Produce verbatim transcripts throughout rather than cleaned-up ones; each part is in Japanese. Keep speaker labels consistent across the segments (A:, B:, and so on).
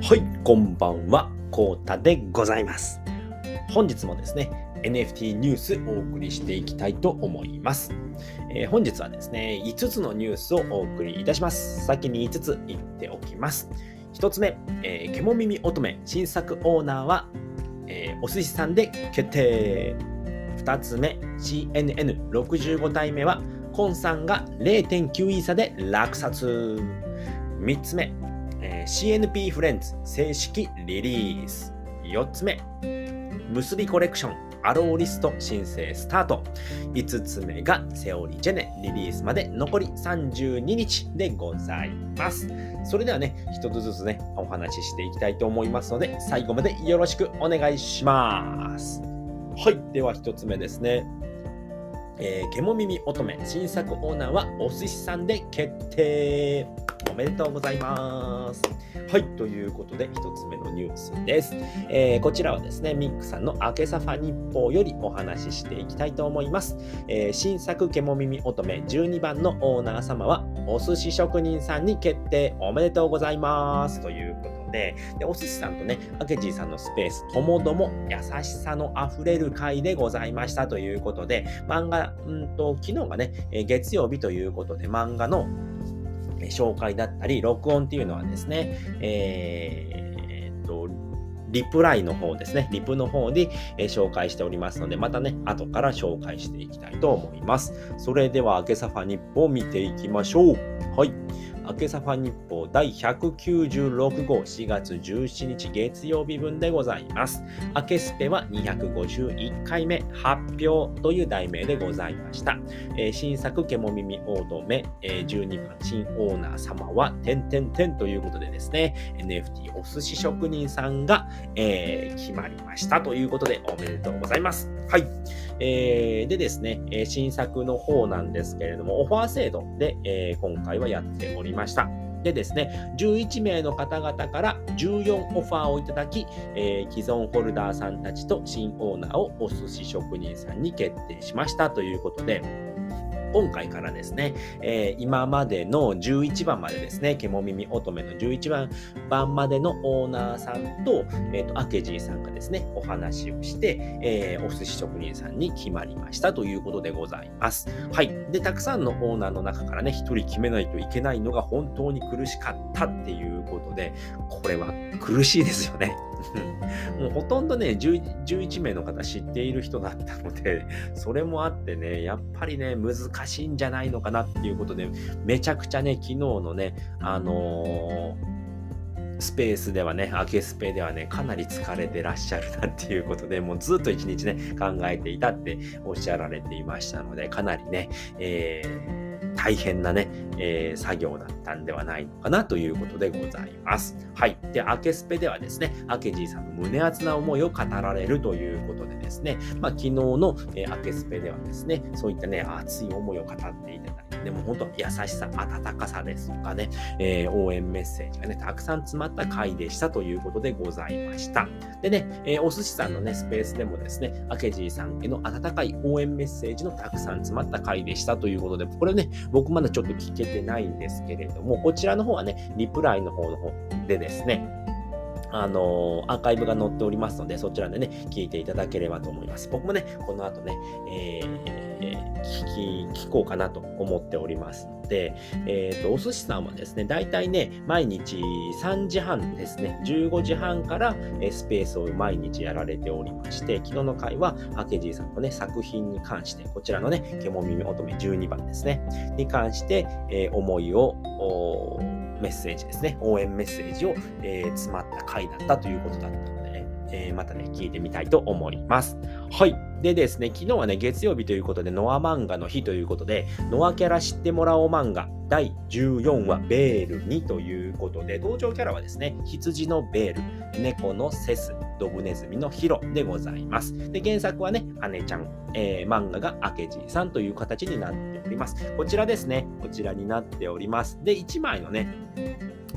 A: はい、こんばんは、こうたでございます。本日もですね、エヌエフティー ニュースをお送りしていきたいと思います。えー、本日はですね、いつつのニュースをお送りいたします。先にいつつ言っておきます。ひとつめ、えー、けも耳乙女新作オーナーは、えー、お寿司さんで決定。ふたつめ、シーエヌエヌろくじゅうご 体目は、コンさんが れいてんきゅう イーサで落札。みっつめ、えー、シーエヌピー フレンズ正式リリース。よっつめ、結びコレクションアローリスト申請スタート。いつつめがセオリージェネリリースまで残りさんじゅうににちでございます。それではね、一つずつね、お話ししていきたいと思いますので、最後までよろしくお願いします。はい、では一つ目ですね。えー、けも耳乙女新作オーナーはお寿司さんで決定。おめでとうございます。はい、ということで一つ目のニュースです。えー、こちらはですね、ミックさんの明けさファ日報よりお話ししていきたいと思います。えー、新作けも耳乙女じゅうにばんのオーナー様はお寿司職人さんに決定。おめでとうございますということで、でお寿司さんとね、あけじいさんのスペースともども優しさのあふれる回でございましたということで、漫画うんと昨日がね、月曜日ということで、漫画の紹介だったり録音っていうのはですね、えー、っとリプライの方ですね、リプの方で、えー、紹介しておりますので、またね、後から紹介していきたいと思います。それでは、明けさファ日報を見ていきましょう。はい。明けさファ日報だいひゃくきゅうじゅうろくごうしがつじゅうしちにち月曜日分でございます。明けスペはにひゃくごじゅういっかいめ発表という題名でございました。えー、新作けも耳乙女、えー、じゅうにばん新オーナー様は点々点ということでですね、エヌエフティー お寿司職人さんが、えー、決まりましたということでおめでとうございます。はい。えー、でですね、えー、新作の方なんですけれども、オファー制度で、えー、今回はやっておりました。でですね、じゅういちめいの方々からじゅうよんオファーをいただき、えー、既存ホルダーさんたちと新オーナーをお寿司職人さんに決定しましたということで、今回からですね、えー、今までのじゅういちばんまでですね、けも耳乙女のじゅういちばんまでのオーナーさんと、えっと、あけじいさんがですね、お話をして、えー、お寿司職人さんに決まりましたということでございます。はい。で、たくさんのオーナーの中からね、一人決めないといけないのが本当に苦しかったっていうことで、これは苦しいですよね。もうほとんどね、じゅういちめいの方知っている人だったので、それもあってね、やっぱりね、難しいんじゃないのかなっていうことで、めちゃくちゃね、昨日のね、あのー、スペースではね、明けスペではね、かなり疲れてらっしゃるなっていうことで、もうずっと一日ね、考えていたっておっしゃられていましたので、かなりね、えー大変なね、えー、作業だったんではないのかなということでございます。はい。で、明けスペではですね、あけじいさんの胸熱な思いを語られるということでですね、まあ、昨日の、えー、明けスペではですね、そういったね、熱い思いを語っていただいて、でも本当優しさ、温かさですとかね、えー、応援メッセージがね、たくさん詰まった回でしたということでございました。でね、えー、お寿司さんのね、スペースでもですね、あけじいさんへの温かい応援メッセージのたくさん詰まった回でしたということで、これね、僕まだちょっと聞けてないんですけれども、こちらの方はね、リプライの方の方でですね、あのー、アーカイブが載っておりますので、そちらでね、聞いていただければと思います。僕もね、この後ね、えー、聞き、聞こうかなと思っておりますので、えっと、お寿司さんはですね、だいたいね、毎日さんじはんですね、じゅうごじはんからスペースを毎日やられておりまして、昨日の回は、あけじいさんのね、作品に関して、こちらのね、けも耳乙女じゅうにばんですね、に関して、えー、思いを、メッセージですね、応援メッセージを、えー、詰まった回だったということだったのでね、えー、またね、聞いてみたいと思います。はい。でですね、昨日はね、月曜日ということで、ノア漫画の日ということで、ノアキャラ知ってもらおう漫画だいじゅうよんわ、ベールにということで、登場キャラはですね、羊のベール、猫のセス、ドブネズミのヒロでございます。で、原作はね、姉ちゃん、えー、漫画があけじいさんという形になっております。こちらですね、こちらになっております。で、いちまいのね、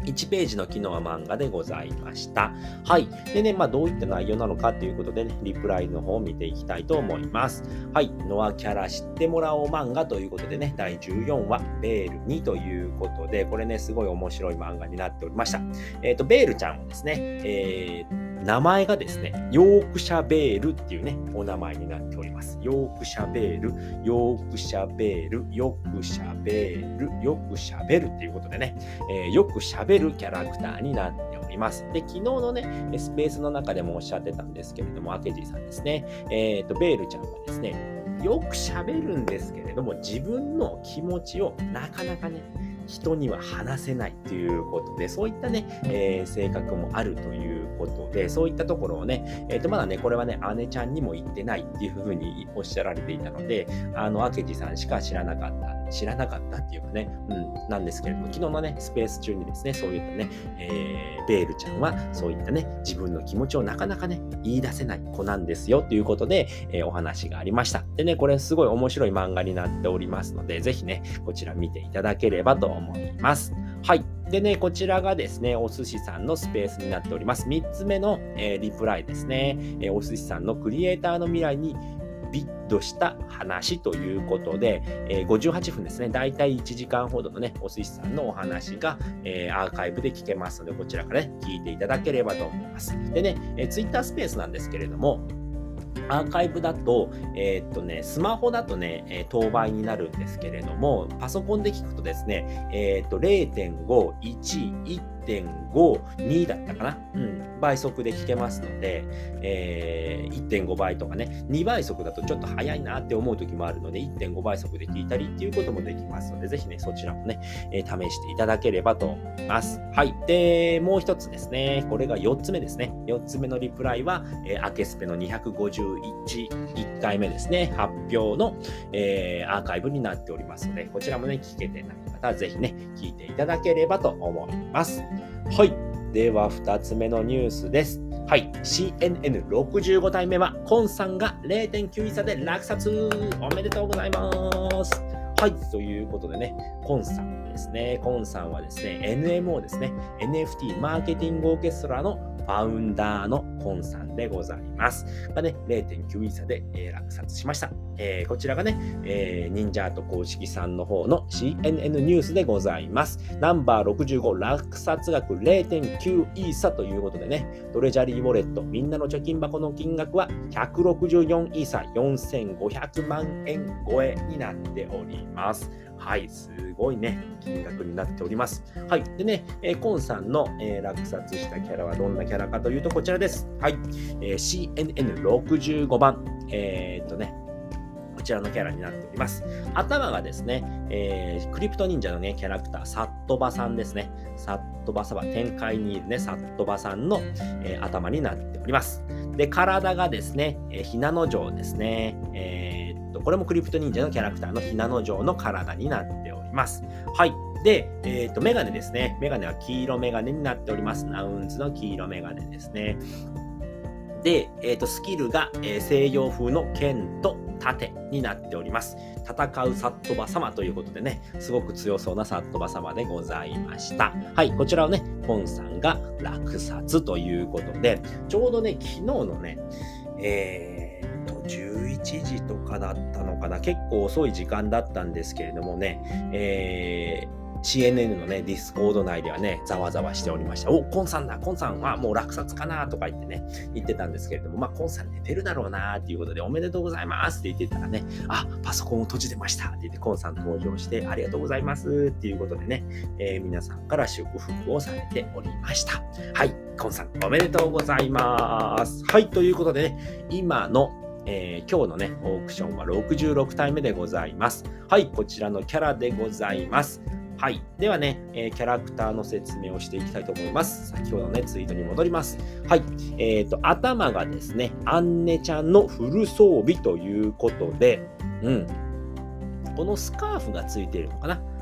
A: いちページの機能は漫画でございました。はい。でね、まあどういった内容なのかということでね、リプライの方を見ていきたいと思います。はい。ノアキャラ知ってもらおう漫画ということでね、だいじゅうよんわ、ベールにということで、これね、すごい面白い漫画になっておりました。えっと、ベールちゃんはですね、えー名前がですね、ヨークシャベールっていうね、お名前になっております。ヨークシャベール、ヨークシャベール、よくしゃべる、よくしゃべるっていうことでね、えー、よくしゃべるキャラクターになっております。で、昨日のね、スペースの中でもおっしゃってたんですけれども、明治さんですね、えっと、ベールちゃんはですね、よくしゃべるんですけれども、自分の気持ちをなかなかね、人には話せないということで、そういったね、えー、性格もあるということで、そういったところをね、えっと、まだね、これはね、姉ちゃんにも言ってないっていうふうにおっしゃられていたので、あの、明治さんしか知らなかった、知らなかったっていうかね、うん、なんですけれども、昨日のね、スペース中にですね、そういったね、えー、ベールちゃんは、そういったね、自分の気持ちをなかなかね、言い出せない子なんですよ、ということで、えー、お話がありました。でね、これすごい面白い漫画になっておりますので、ぜひね、こちら見ていただければと思います。はい。でね、こちらがですね、お寿司さんのスペースになっております。みっつめの、えー、リプライですね、えー。お寿司さんのクリエイターの未来にビッドした話ということで、えー、ごじゅうはっぷんですね。だいたいいちじかんほどのね、お寿司さんのお話が、えー、アーカイブで聞けますので、こちらからね、聞いていただければと思います。でね、えー、Twitter スペースなんですけれども、アーカイブだと、えー、っとね、スマホだとね、えー、当倍になるんですけれども、パソコンで聞くとですね、えー、っと れいてんご、いち、いってんご、にだったかな、うん、倍速で聞けますので、えー、いってんごばいとかね、にばい速だとちょっと早いなって思う時もあるので、いってんごばい速で聞いたりっていうこともできますので、ぜひね、そちらもね、えー、試していただければと思います。はい。で、もう一つですね、これがよっつめですね。よっつめのリプライは、えー、アケスペのにひゃくごじゅういち、いっかいめですね、発表の、えー、アーカイブになっておりますので、こちらもね、聞けてない方はぜひね、聞いていただければと思います。はい。では、二つ目のニュースです。はい。シーエヌエヌろくじゅうご 体目は、コンさんが れいてんきゅう 位差で落札。おめでとうございます。はい。ということでね、コンさんですね。コンさんはですね、エヌエムオー ですね。エヌエフティー マーケティングオーケストラのファウンダーのコンさんでございます。がね、れいてんきゅう 位差で、えー、落札しました。えー、こちらがね、えー、忍者アート公式さんの方の シーエヌエヌ ニュースでございます。ナンバーろくじゅうご、落札額 れいてんきゅう イーサということでね、トレジャリーウォレット、みんなの貯金箱の金額はひゃくろくじゅうよんイーサ、よんせんごひゃくまんえん超えになっております。はい、すごいね、金額になっております。はい。でね、えー、コンさんの、えー、落札したキャラはどんなキャラかというと、こちらです。はい。えー、シーエヌエヌろくじゅうごばん。えー、っとね、こちらのキャラになっております。頭がですね、えー、クリプト忍者のね、キャラクター、サットバさんですね。サットバサバ、展開にいるね、サットバさんの、えー、頭になっております。で、体がですね、えー、ひなの城ですね。えー、っと、これもクリプト忍者のキャラクターのひなの城の体になっております。はい。で、えっと、メガネですね。メガネは黄色メガネになっております。ナウンズの黄色メガネですね。で、えっと、スキルが、えー、西洋風の剣と盾になっております。戦うサットバ様ということでね、すごく強そうなサットバ様でございました。はい、こちらをね、コンさんが落札ということで、ちょうどね、昨日のね、えー、っと、じゅういちじとかだったのかな、結構遅い時間だったんですけれどもね、えー、シーエヌエヌ のね、ディスコード内ではね、ざわざわしておりました。お、コンさんだ、コンさんはもう落札かなとか言ってね、言ってたんですけれども、まあ、コンさん寝てるだろうなっていうことで、おめでとうございますって言ってたらね、あ、パソコンを閉じてましたって言って、コンさん登場して、ありがとうございますっていうことでね、えー、皆さんから祝福をされておりました。はい、コンさんおめでとうございます。はい、ということでね、今のえー、今日のね、オークションはろくじゅうろくたいめでございます。はい、こちらのキャラでございます。はい。ではね、えー、キャラクターの説明をしていきたいと思います。先ほどのね、ツイートに戻ります。はい。えっと、頭がですね、アンネちゃんのフル装備ということで、うん。このスカーフがついているのかな。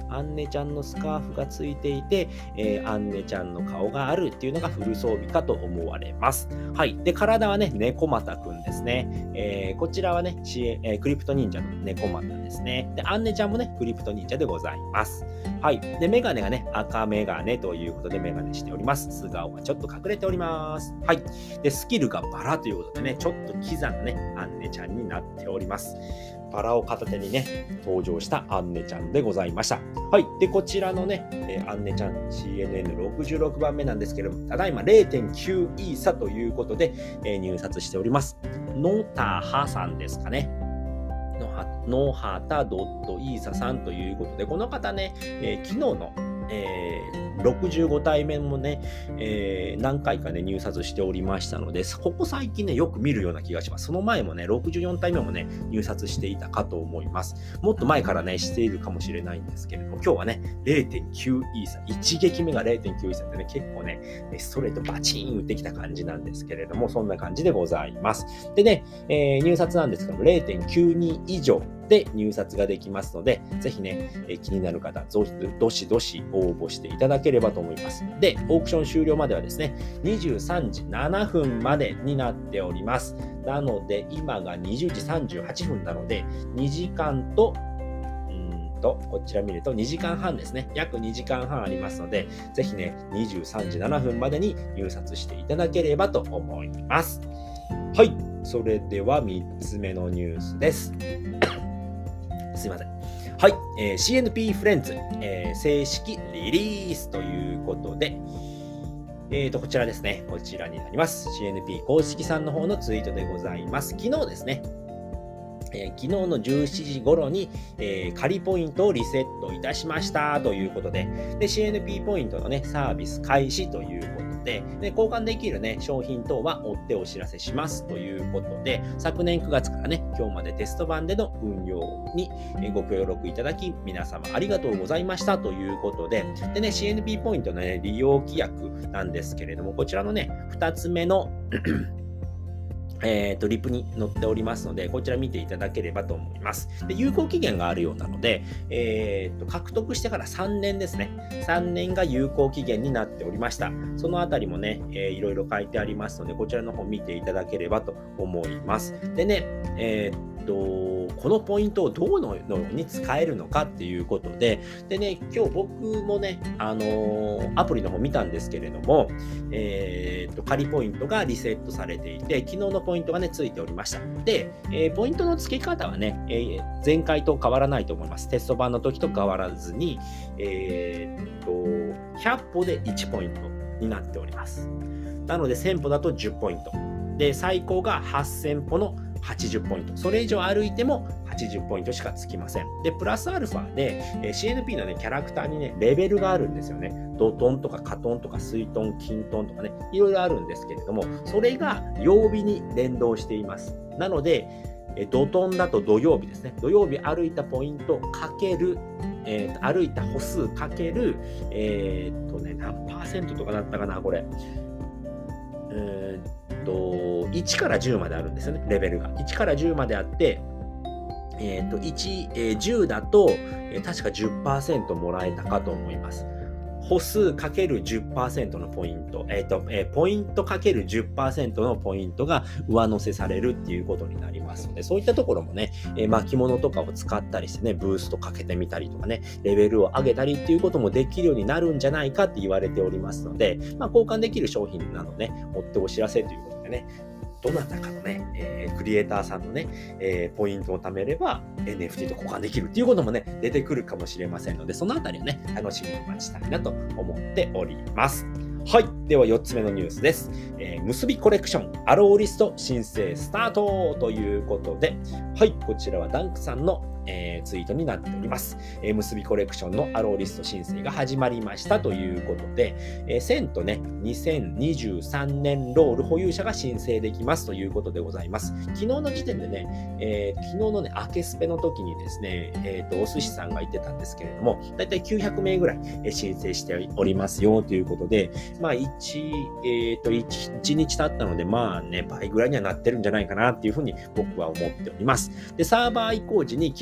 A: アンネちゃんのスカーフがついていて、えー、アンネちゃんの顔があるっていうのがフル装備かと思われます。はい。で、体はね、猫又くんですね。えー、こちらはね、えー、クリプト忍者の猫又ですね。で、アンネちゃんもね、クリプト忍者でございます。はい。で、メガネがね、赤メガネということでメガネしております。素顔がちょっと隠れております。はい。で、スキルがバラということでね、ちょっとキザなね、アンネちゃんになっております。バラを片手にね、登場したアンネちゃんでございました。はい。で、こちらのね、えー、アンネちゃん シーエヌエヌろくじゅうろく 番目なんですけども、ただいま れいてんきゅう イーサということで、えー、入札しております。ノタハさんですかね。ノハタドットイーサさんということで、この方ね、えー、昨日の、えー、ろくじゅうごたいめもね、えー、何回かね、入札しておりましたので、ここ最近ね、よく見るような気がします。その前もね、ろくじゅうよんたいめもね、入札していたかと思います。もっと前からね、しているかもしれないんですけれども、今日はね、れいてんきゅう イーサ、一撃目が れいてんきゅう イーサってね、結構ね、ストレートバチーン打ってきた感じなんですけれども、そんな感じでございます。でね、えー、入札なんですけども、れいてんきゅうに 以上、で入札ができますので、ぜひね、えー、気になる方、どしどし応募していただければと思います。で、オークション終了まではですね、にじゅうさんじななふんまでになっております。なので、今がにじゅうじさんじゅうはっぷんなので、にじかんと、うーんと、こちら見るとにじかんはんですね。約にじかんはんありますので、ぜひね、にじゅうさんじななふんまでに入札していただければと思います。はい、それではみっつめのニュースです。すいません。はい、えー、シーエヌピー フレンズ、えー、正式リリースということで、えーと、こちらですね。こちらになります。シーエヌピー 公式さんの方のツイートでございます。昨日ですね。えー、昨日のじゅうしちじ頃に、えー、仮ポイントをリセットいたしましたということで、で シーエヌピー ポイントのね、サービス開始ということで、で交換できるね、商品等は追ってお知らせしますということで、昨年くがつからね、今日までテスト版での運用にご協力いただき、皆様ありがとうございましたということで、でね、シーエヌピー ポイントのね、利用規約なんですけれども、こちらのね、ふたつめのえっと、リプに載っておりますので、こちら見ていただければと思います。で、有効期限があるようなので、えっと、獲得してからさんねんですね。さんねんが有効期限になっておりました。そのあたりもね、えー、いろいろ書いてありますので、こちらの方見ていただければと思います。でね、えー、っと、このポイントをどのように使えるのかっていうことで、でね、今日僕もね、あのー、アプリの方見たんですけれども、えー、っと、仮ポイントがリセットされていて、昨日のポイントがね、ついておりました。で、えー、ポイントの付け方はね、えー、前回と変わらないと思います。テスト版の時と変わらずに、えー、っと、ひゃっぽでいちポイントになっております。なので、せんぽだとじゅうポイント。で、最高がはっせんぽのはちじゅうポイント。それ以上歩いてもはちじゅうポイントしかつきません。で、プラスアルファで、えー、シーエヌピー のね、キャラクターにね、レベルがあるんですよね。ドトンとかカトンとかスイトン、キントンとかね、いろいろあるんですけれども、それが曜日に連動しています。なので、えー、ドトンだと土曜日ですね。土曜日歩いたポイントかける、えー、歩いた歩数かける、えー、っとね、何パーセントとかだったかな、これ。えー、っと、いちからじゅうまであるんですよね、レベルが。いちからじゅうまであって、えー、っと、いち、えー、じゅうだと、えー、確か じゅっパーセント もらえたかと思います。歩数かける じゅっパーセント のポイント、えっと、えー、ポイントかける じゅっパーセント のポイントが上乗せされるっていうことになりますので、そういったところもね、えー、巻物とかを使ったりしてね、ブーストかけてみたりとかね、レベルを上げたりっていうこともできるようになるんじゃないかって言われておりますので、まあ、交換できる商品なので、ね、追ってお知らせということでね、どなたかのね、えー、クリエイターさんのね、えー、ポイントを貯めれば エヌエフティー と交換できるっていうこともね、出てくるかもしれませんので、そのあたりをね、楽しみに待ちたいなと思っております。はい。ではよっつめのニュースです。えー、結びコレクション、アローリスト申請スタートということで、はい。こちらはダンクさんのえー、ツイートになっております、えー。結びコレクションのアローリスト申請が始まりましたということで、えー、せんとね、にせんにじゅうさんねんロール保有者が申請できますということでございます。昨日の時点でね、えー、昨日のね、明けスペの時にですね、えーと、お寿司さんが言ってたんですけれども、だいたいきゅうひゃくめいぐらい申請しておりますよということで、まあ、1、えーと、1, 1日経ったので、まあね、倍ぐらいにはなってるんじゃないかなっていうふうに僕は思っております。で、サーバー移行時にキッ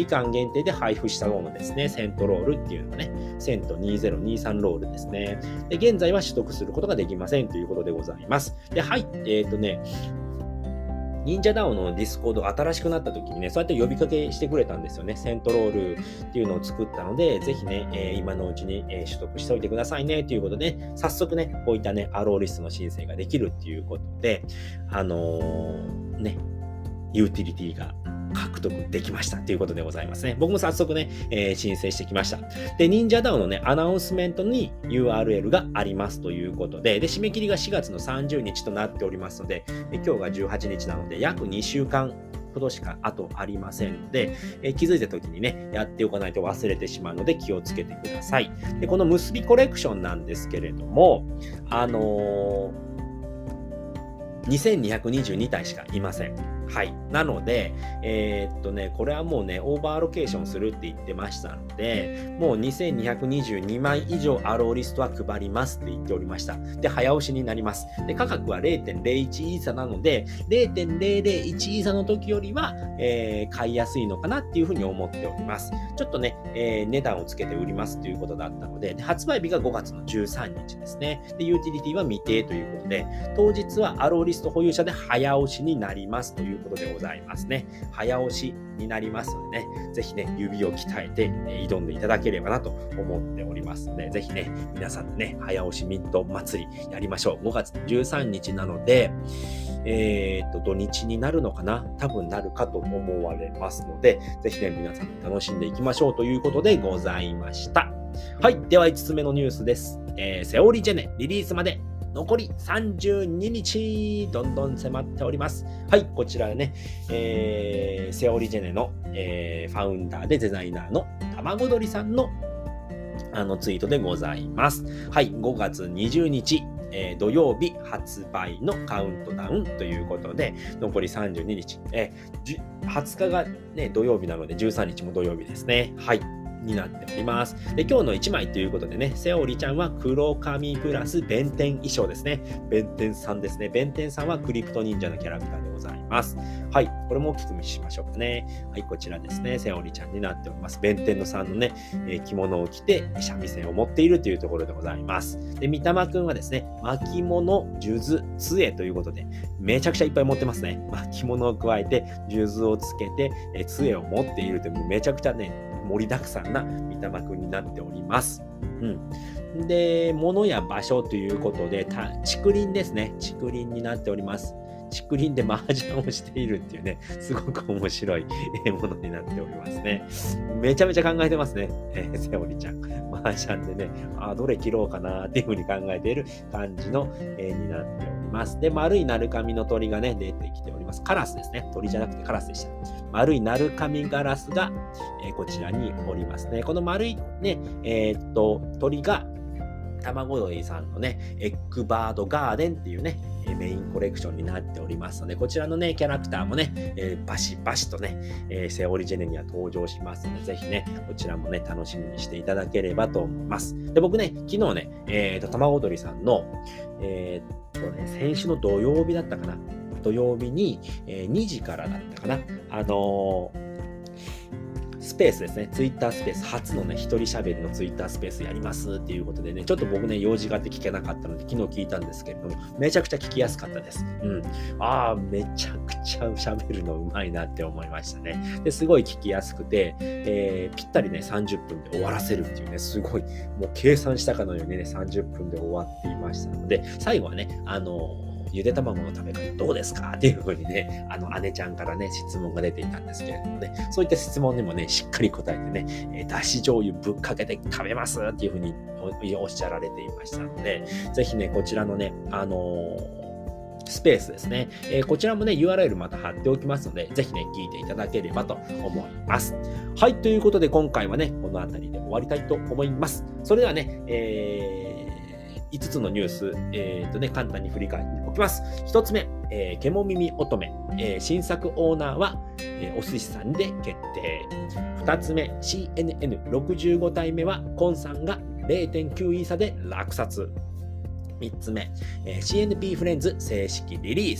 A: 間限定で配布したものですね。セントロールっていうのがね、セントにせんにじゅうさんロールですね。で、現在は取得することができませんということでございます。で、はい、えっとね、忍者ダオのディスコードが新しくなった時にね、そうやって呼びかけしてくれたんですよね。セントロールっていうのを作ったので、ぜひね、えー、今のうちに、えー、取得しておいてくださいねということで、早速ね、こういったね、アローリストの申請ができるっていうことで、あのー、ね、ユーティリティが獲得できましたということでございますね。僕も早速ね、えー、申請してきました。で、忍者ダオのね、アナウンスメントに ユーアールエル がありますということで、で、締め切りがしがつのさんじゅうにちとなっておりますので、今日がじゅうはちにちなので、約にしゅうかんほどしかあとありませんので、えー、気づいた時にね、やっておかないと忘れてしまうので気をつけてください。で、この結びコレクションなんですけれども、あのー、にせんにひゃくにじゅうにたいしかいません。はい。なので、えー、っとね、これはもうね、オーバーアロケーションするって言ってましたので、もうにせんにひゃくにじゅうにまい以上アローリストは配りますって言っておりました。で、早押しになります。で、価格は れいてんれいいち イーサなので、れいてんれいれいいち イーサの時よりは、えー、買いやすいのかなっていうふうに思っております。ちょっとね、えー、値段をつけて売りますということだったので、で発売日がごがつのじゅうさんにちですね。で、ユーティリティは未定ということで、当日はアローリスト保有者で早押しになりますということでございますね。早押しになりますのでね、ぜひね、指を鍛えて、えー、挑んでいただければなと思っておりますので、ぜひね、皆さんでね、早押しミント祭りやりましょう。ごがつじゅうさんにちなので、えー、っと、土日になるのかな？多分なるかと思われますので、ぜひね、皆さんで楽しんでいきましょうということでございました。はい。ではいつつめのニュースです。えー、セオリジェネリリースまで残りさんじゅうににち、どんどん迫っております。はい、こちらね、えー、セオリジェネの、えー、ファウンダーでデザイナーの卵鳥さんのあのツイートでございます。はい、ごがつにじゅうにち、えー、土曜日発売のカウントダウンということで、残りさんじゅうににち、えー、はつかが、ね、土曜日なのでじゅうさんにちも土曜日ですね。はい。になっております。で、今日のいちまいということでね、セオリちゃんは黒髪プラス弁天衣装ですね。弁天さんですね。弁天さんはクリプト忍者のキャラクターでございます。はい。これも大きく見しましょうかね。はい。こちらですね。セオリちゃんになっております。弁天のさんのね、えー、着物を着て三味線を持っているというところでございます。で、三玉くんはですね、巻物、数珠、杖ということで、めちゃくちゃいっぱい持ってますね。巻物を加えて、数珠をつけて、えー、杖を持っているという、めちゃくちゃね、盛りだくさんな三玉くんになっております。うん。で、物や場所ということで、竹林ですね。竹林になっております。竹林で麻雀をしているっていうね、すごく面白いものになっておりますね。めちゃめちゃ考えてますね、えー、セオリちゃん。麻雀でね、あ、どれ切ろうかなっていうふうに考えている感じの絵になっております。で、丸い鳴神の鳥がね、出てきております。カラスですね。鳥じゃなくてカラスでした。丸い鳴神ガラスが、えー、こちらにおりますね。この丸いね、えー、っと、鳥が、卵鳥さんのね、エッグバードガーデンっていうね、メインコレクションになっておりますので、こちらのね、キャラクターもね、えー、バシバシとね、えー、セオリジェネには登場しますので、ぜひね、こちらもね、楽しみにしていただければと思います。で、僕ね、昨日ね、えーと、卵鳥さんの、えー、っとね、先週の土曜日だったかな。土曜日に、えー、にじからだったかな。あのー、スペースですね。ツイッタースペース、初のね、一人喋りのツイッタースペースやりますっていうことでね、ちょっと僕ね、用事があって聞けなかったので、昨日聞いたんですけれども、めちゃくちゃ聞きやすかったです。うん。ああ、めちゃくちゃ喋るのうまいなって思いましたね。で、すごい聞きやすくて、えー、ぴったりね、さんじゅっぷんで終わらせるっていうね、すごい、もう計算したかのようにね、さんじゅっぷんで終わっていましたので、最後はね、あのー、ゆで卵の食べ方どうですかっていう風にね、あの姉ちゃんからね、質問が出ていたんですけれどもね、そういった質問にもね、しっかり答えてね、えー、だし醤油ぶっかけて食べますっていう風に お, おっしゃられていましたので、ぜひね、こちらのね、あのー、スペースですね、えー、こちらもね、ユーアールエル また貼っておきますので、ぜひね、聞いていただければと思います。はい、ということで今回はね、この辺りで終わりたいと思います。それではね、えーいつつのニュース、えーとね、簡単に振り返っておきます。ひとつめ、えー、獣耳乙女、えー、新作オーナーは、えー、お寿司さんで決定。ふたつめ、シーエヌエヌろくじゅうご 体目はコンさんが れいてんきゅう イーサで落札。みっつめ、えー、シーエヌピー フレンズ正式リリース。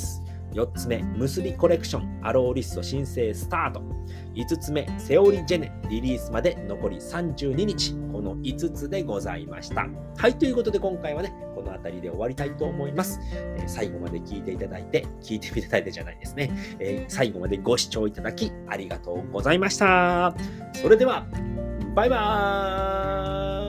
A: よっつめ、結びコレクション、アローリスト申請スタート。いつつめ、セオリジェネ、リリースまで残りさんじゅうににち。このいつつでございました。はい、ということで今回はね、この辺りで終わりたいと思います。えー、最後まで聞いていただいて、聞いていただいてじゃないですね、えー。最後までご視聴いただきありがとうございました。それでは、バイバーイ。